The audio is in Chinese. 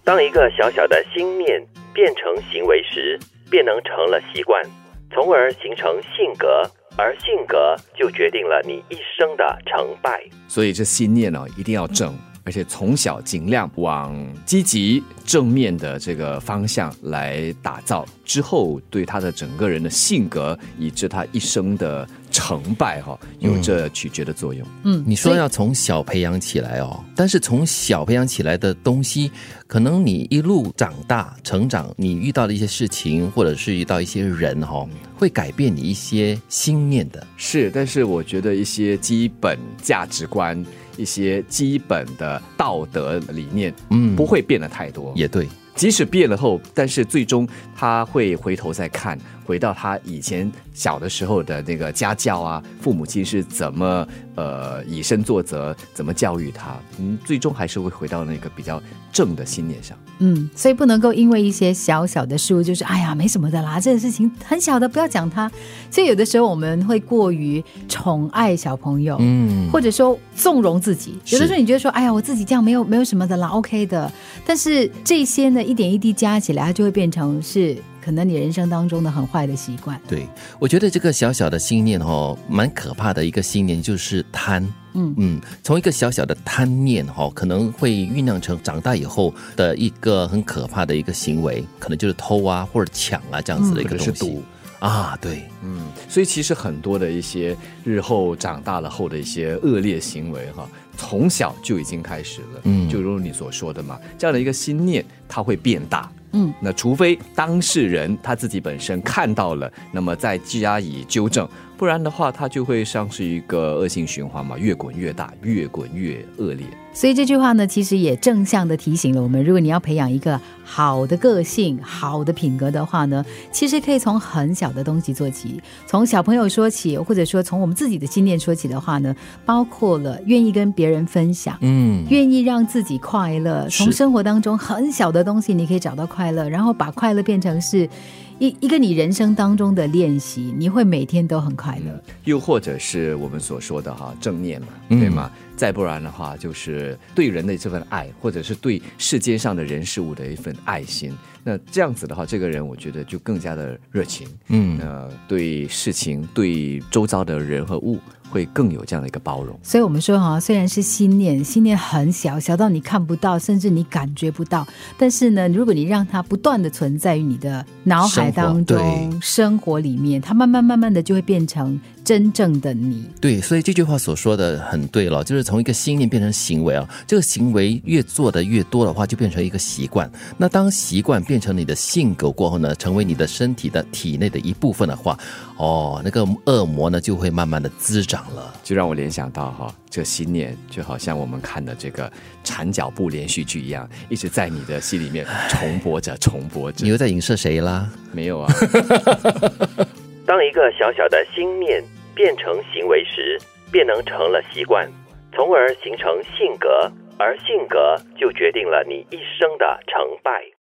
当一个小小的心念变成行为时，便能成了习惯，从而形成性格，而性格就决定了你一生的成败。 所以这心念一定要正，而且从小尽量往积极正面的这个方向来打造，之后对他的整个人的性格以致他一生的成败有这取决的作用。 你说要从小培养起来但是从小培养起来的东西，可能你一路长大成长，你遇到的一些事情或者是遇到一些人会改变你一些心念的。 是，但是我觉得一些基本价值观，一些基本的道德理念不会变得太多。 也对， 即使变了后，但是最终他会回头再看，回到他以前小的时候的那个家教啊，父母亲是怎么以身作则，怎么教育他，最终还是会回到那个比较正的信念上。 所以不能够因为一些小小的事物就是哎呀没什么的啦，这个事情很小的不要讲它。所以有的时候我们会过于宠爱小朋友，或者说纵容自己。有的时候你觉得说哎呀我自己这样没有什么的啦 OK 的，但是这些呢一点一滴加起来，它就会变成是可能你人生当中的很坏的习惯。 对，我觉得这个小小的心念蛮可怕的一个心念，就是贪。从一个小小的贪念可能会酝酿成长大以后的一个很可怕的一个行为，可能就是偷啊或者抢啊这样子的一个东西。 可能是赌啊，对， 所以其实很多的一些日后长大了后的一些恶劣行为从小就已经开始了。就如你所说的嘛，这样的一个心念它会变大。那除非当事人他自己本身看到了，那么再加以纠正，不然的话它就会像是一个恶性循环嘛，越滚越大，越滚越恶劣。 所以这句话呢其实也正向的提醒了我们，如果你要培养一个好的个性好的品格的话呢，其实可以从很小的东西做起，从小朋友说起，或者说从我们自己的心念说起的话呢，包括了愿意跟别人分享，愿意让自己快乐，从生活当中很小的东西你可以找到快乐，然后把快乐变成是一个你人生当中的练习，你会每天都很快乐。 又或者是我们所说的正念嘛，对吗？再不然的话就是对人的这份爱，或者是对世界上的人事物的一份爱心。那这样子的话，这个人我觉得就更加的热情，对事情对周遭的人和物会更有这样的一个包容。 所以我们说虽然是心念很小，小到你看不到，甚至你感觉不到，但是呢如果你让它不断的存在于你的脑海当中，生活里面，它慢慢的就会变成真正的你。 对，所以这句话所说的很对了，就是从一个心念变成行为这个行为越做的越多的话，就变成一个习惯。那当习惯变成你的性格过后呢，成为你的身体的体内的一部分的话，那个恶魔呢就会慢慢的滋长了。 就让我联想到这心念就好像我们看的这个缠脚布连续剧一样，一直在你的心里面重播着。 你又在影射谁啦？ 没有啊。 当一个小小的心念变成行为时，便能成了习惯，从而形成性格，而性格就决定了你一生的成败。